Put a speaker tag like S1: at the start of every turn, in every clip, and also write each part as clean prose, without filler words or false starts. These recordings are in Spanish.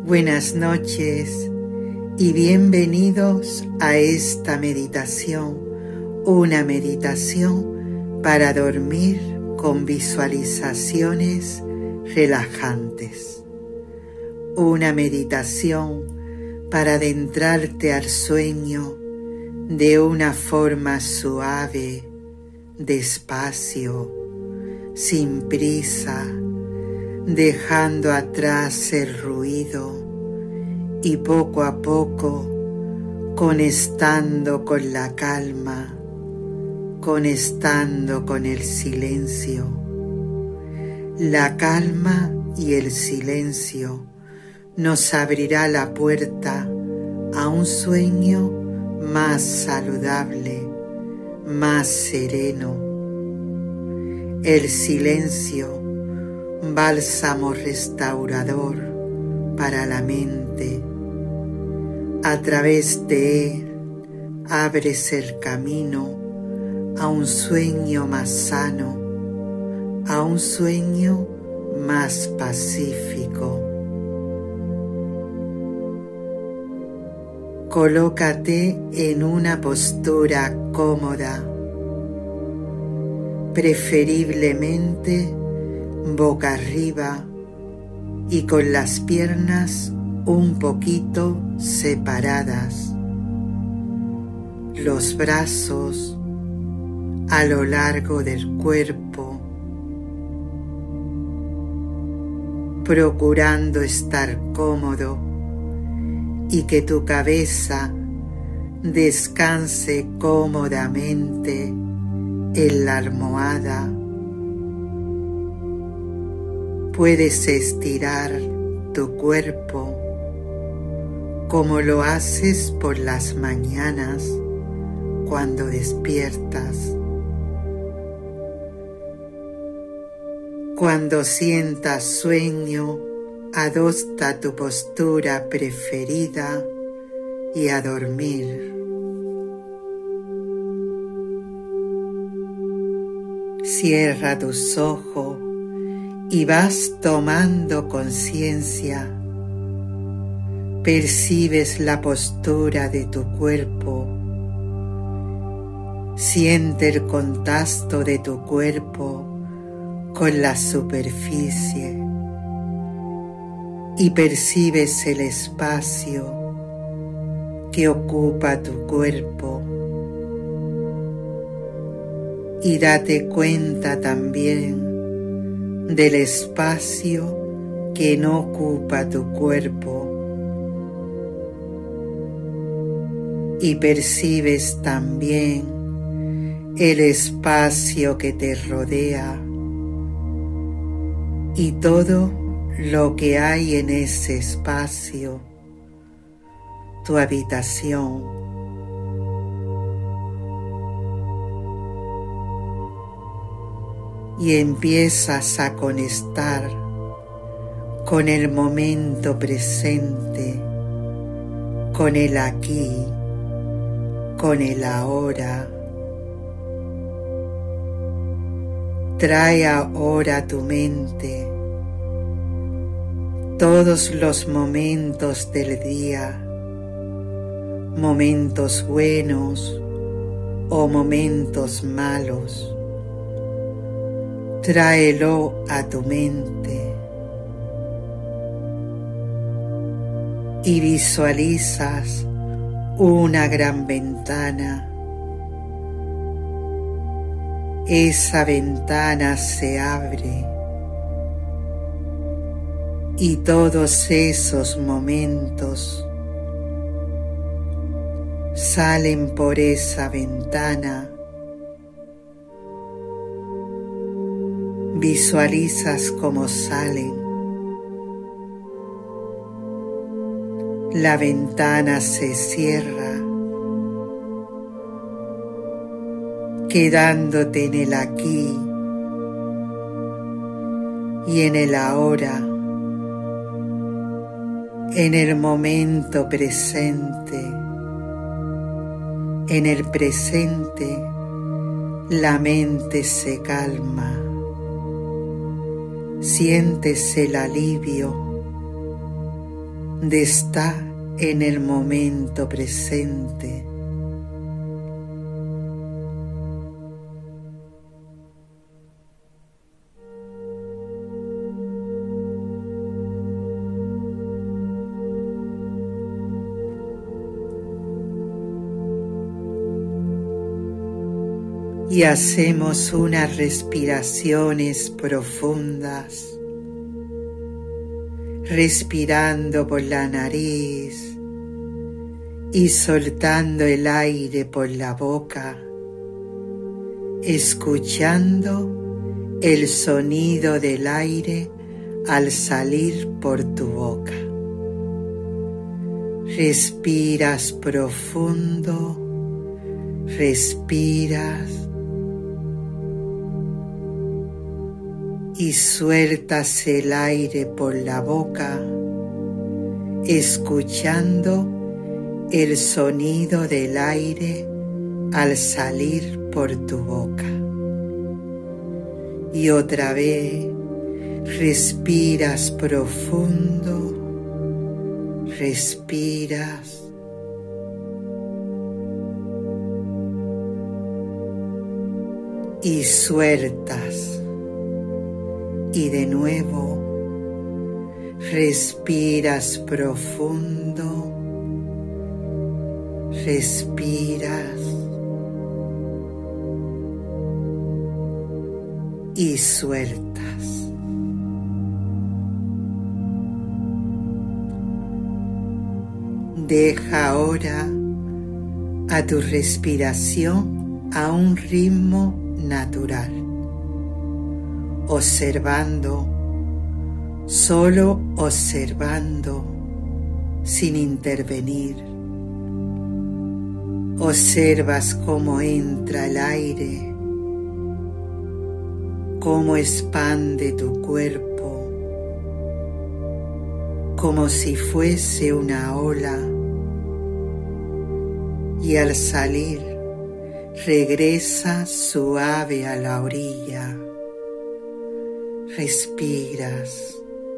S1: Buenas noches y bienvenidos a esta meditación, una meditación para dormir con visualizaciones relajantes. Una meditación para adentrarte al sueño de una forma suave, despacio, sin prisa, dejando atrás el ruido y poco a poco conectando con la calma, conectando con el silencio. La calma y el silencio nos abrirá la puerta a un sueño más saludable, más sereno. El silencio, bálsamo restaurador para la mente. A través de él abres el camino a un sueño más sano, a un sueño más pacífico. Colócate en una postura cómoda, preferiblemente boca arriba y con las piernas un poquito separadas, los brazos a lo largo del cuerpo, procurando estar cómodo y que tu cabeza descanse cómodamente en la almohada. Puedes estirar tu cuerpo como lo haces por las mañanas cuando despiertas. Cuando sientas sueño, adopta tu postura preferida y a dormir. Cierra tus ojos y vas tomando conciencia. Percibes la postura de tu cuerpo. Siente el contacto de tu cuerpo con la superficie y percibes el espacio que ocupa tu cuerpo. Y date cuenta también del espacio que no ocupa tu cuerpo. Y percibes también el espacio que te rodea y todo lo que hay en ese espacio, tu habitación. Y empiezas a conectar con el momento presente, con el aquí, con el ahora. Trae ahora a tu mente todos los momentos del día, momentos buenos o momentos malos. Tráelo a tu mente y visualizas una gran ventana. Esa ventana se abre y todos esos momentos salen por esa ventana. Visualizas cómo salen. La ventana se cierra, quedándote en el aquí y en el ahora, en el momento presente. En el presente, la mente se calma. Sientes el alivio de estar en el momento presente. Y hacemos unas respiraciones profundas, respirando por la nariz y soltando el aire por la boca, escuchando el sonido del aire al salir por tu boca. Respiras profundo, respiras y sueltas el aire por la boca, escuchando el sonido del aire al salir por tu boca. Y otra vez respiras profundo, respiras y sueltas. Y de nuevo respiras profundo, respiras y sueltas. Deja ahora a tu respiración a un ritmo natural, observando, solo observando, sin intervenir. Observas cómo entra el aire, cómo expande tu cuerpo, como si fuese una ola, y al salir regresa suave a la orilla. Respiras.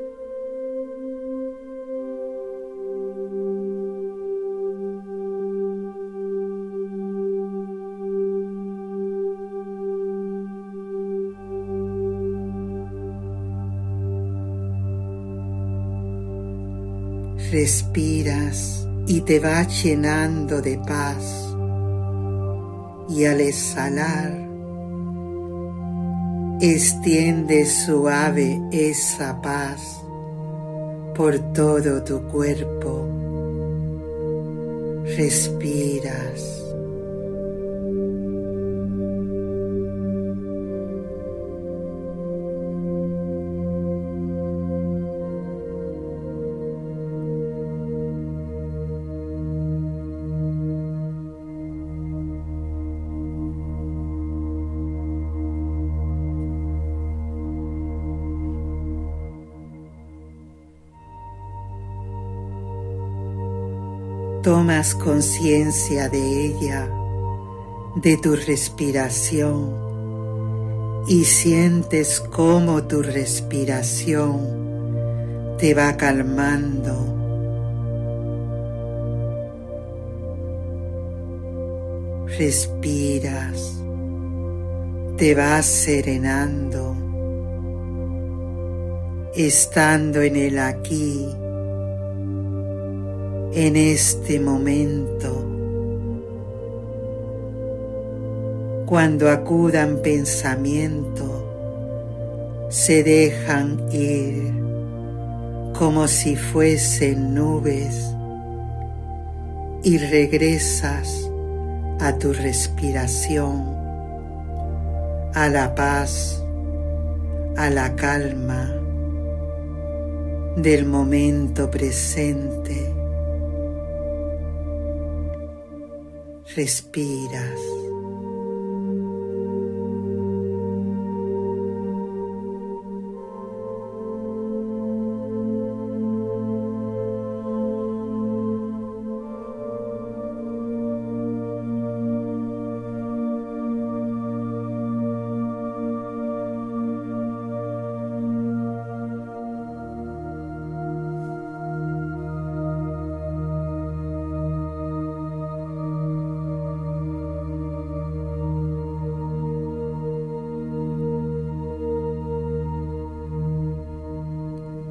S1: Respiras y te vas llenando de paz, y al exhalar extiende suave esa paz por todo tu cuerpo. Respiras. Tomas conciencia de ella, de tu respiración, y sientes cómo tu respiración te va calmando. Respiras, te vas serenando, estando en el aquí, en este momento. Cuando acudan pensamientos, se dejan ir como si fuesen nubes, y regresas a tu respiración, a la paz, a la calma del momento presente. Respiras.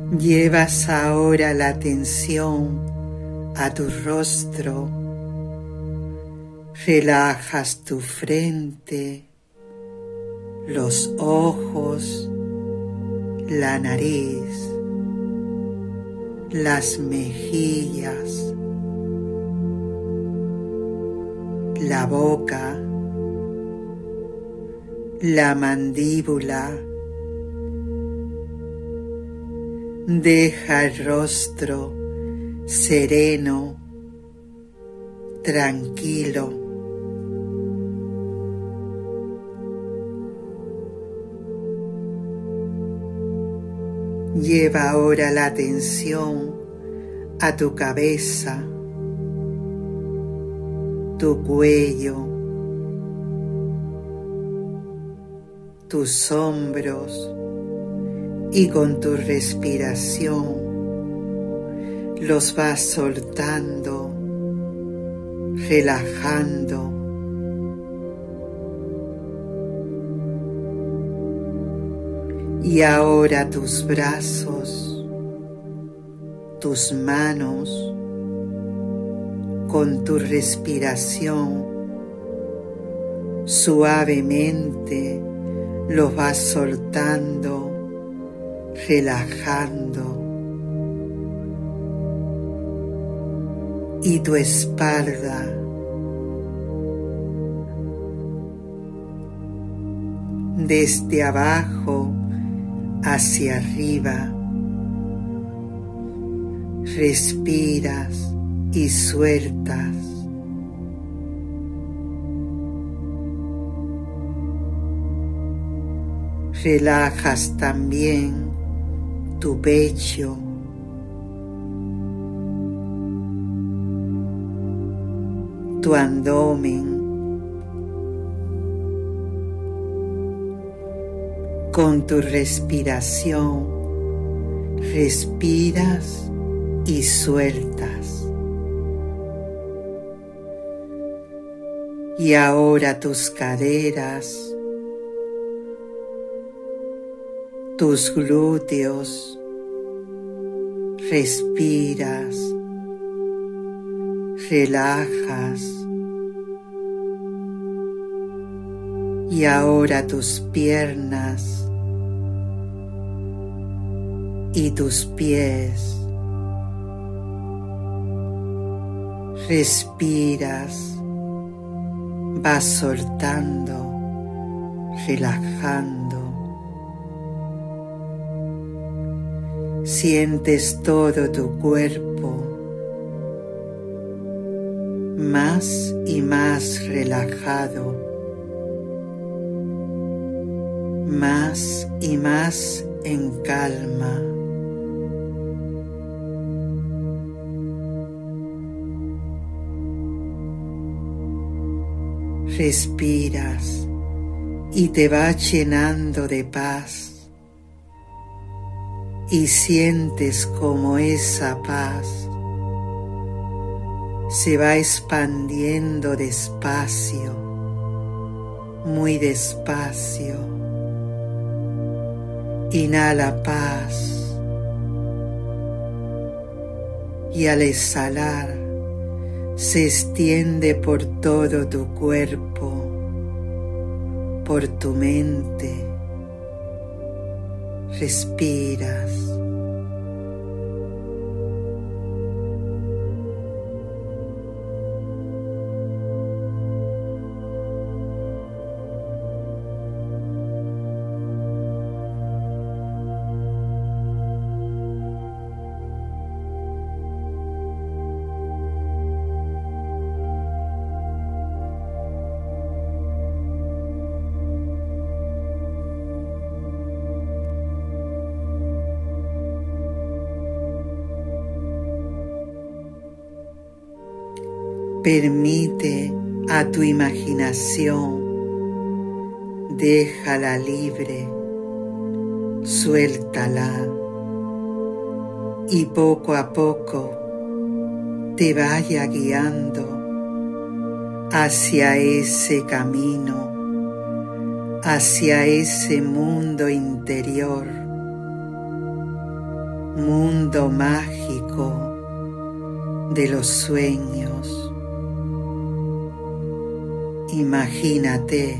S1: Llevas ahora la atención a tu rostro, relajas tu frente, los ojos, la nariz, las mejillas, la boca, la mandíbula. Deja el rostro sereno, tranquilo. Lleva ahora la atención a tu cabeza, tu cuello, tus hombros, y con tu respiración los vas soltando, relajando. Y ahora tus brazos, tus manos, con tu respiración, suavemente los vas soltando, relajando. Y tu espalda, desde abajo hacia arriba, respiras y sueltas. Relajas también tu pecho, tu abdomen. Con tu respiración, respiras y sueltas. Y ahora tus caderas, tus glúteos, respiras, relajas. Y ahora tus piernas y tus pies. Respiras, vas soltando, relajando. Sientes todo tu cuerpo más y más relajado, más y más en calma. Respiras y te vas llenando de paz y sientes como esa paz se va expandiendo despacio, muy despacio. Inhala paz y al exhalar se extiende por todo tu cuerpo, por tu mente. Respiras. Permite a tu imaginación, déjala libre, suéltala y poco a poco te vaya guiando hacia ese camino, hacia ese mundo interior mundo mágico de los sueños. Imagínate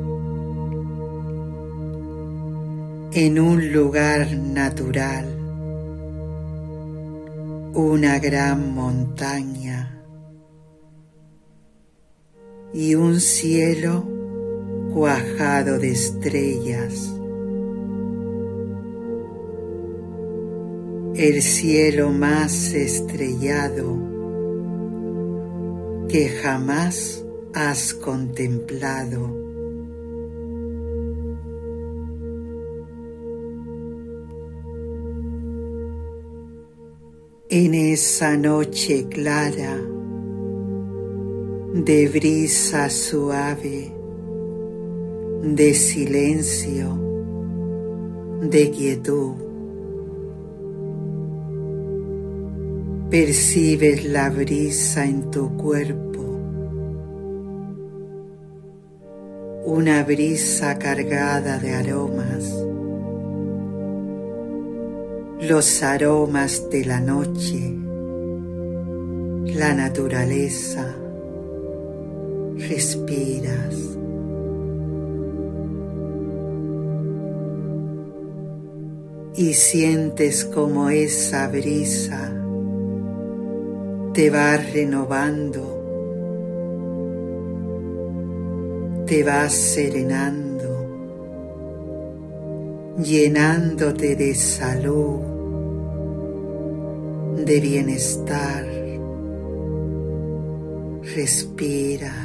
S1: en un lugar natural, una gran montaña y un cielo cuajado de estrellas. El cielo más estrellado que jamás has contemplado. En esa noche clara de brisa suave, de silencio, de quietud, percibes la brisa en tu cuerpo, una brisa cargada de aromas, los aromas de la noche, la naturaleza. Respiras. Y sientes como esa brisa te va renovando, te va serenando, llenándote de salud, de bienestar. Respiras.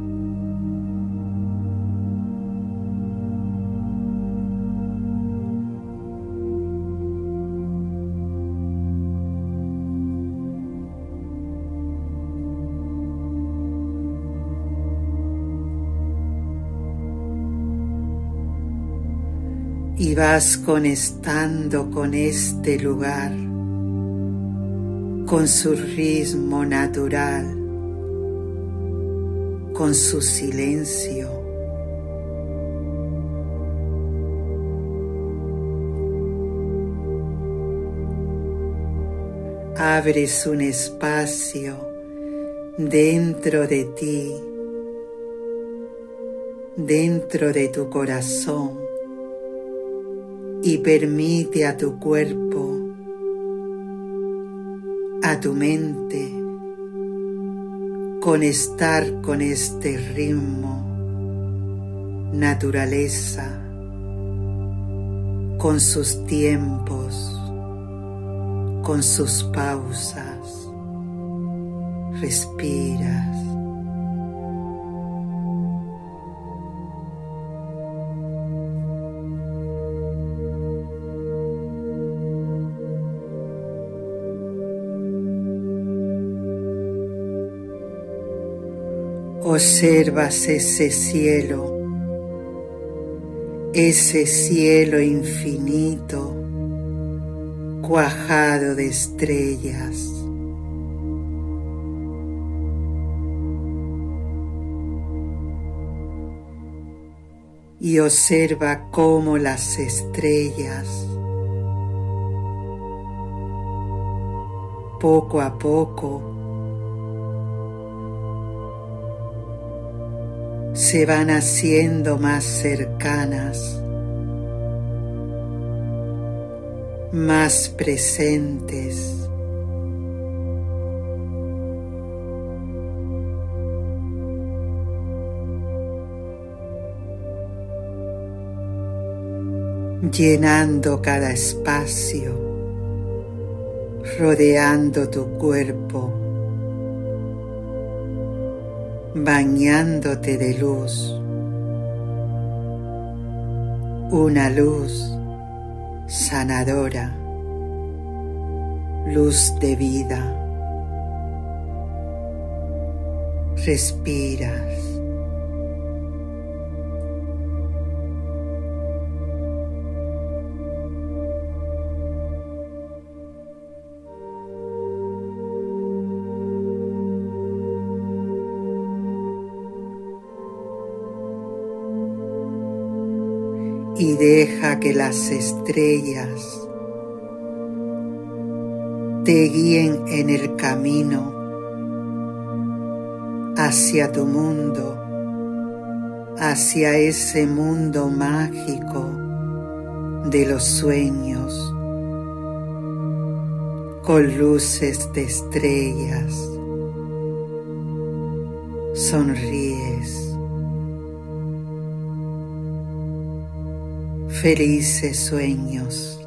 S1: Y vas conectando con este lugar, con su ritmo natural, con su silencio. Abres un espacio dentro de ti, dentro de tu corazón, y permite a tu cuerpo, a tu mente, conectar con este ritmo, naturaleza, con sus tiempos, con sus pausas. Respiras. Observas ese cielo infinito, cuajado de estrellas. Y observa cómo las estrellas, poco a poco, se van haciendo más cercanas, más presentes. Llenando cada espacio, rodeando tu cuerpo, bañándote de luz, una luz sanadora, luz de vida. Respiras. Y deja que las estrellas te guíen en el camino hacia tu mundo, hacia ese mundo mágico de los sueños, con luces de estrellas. Sonríes. Felices sueños.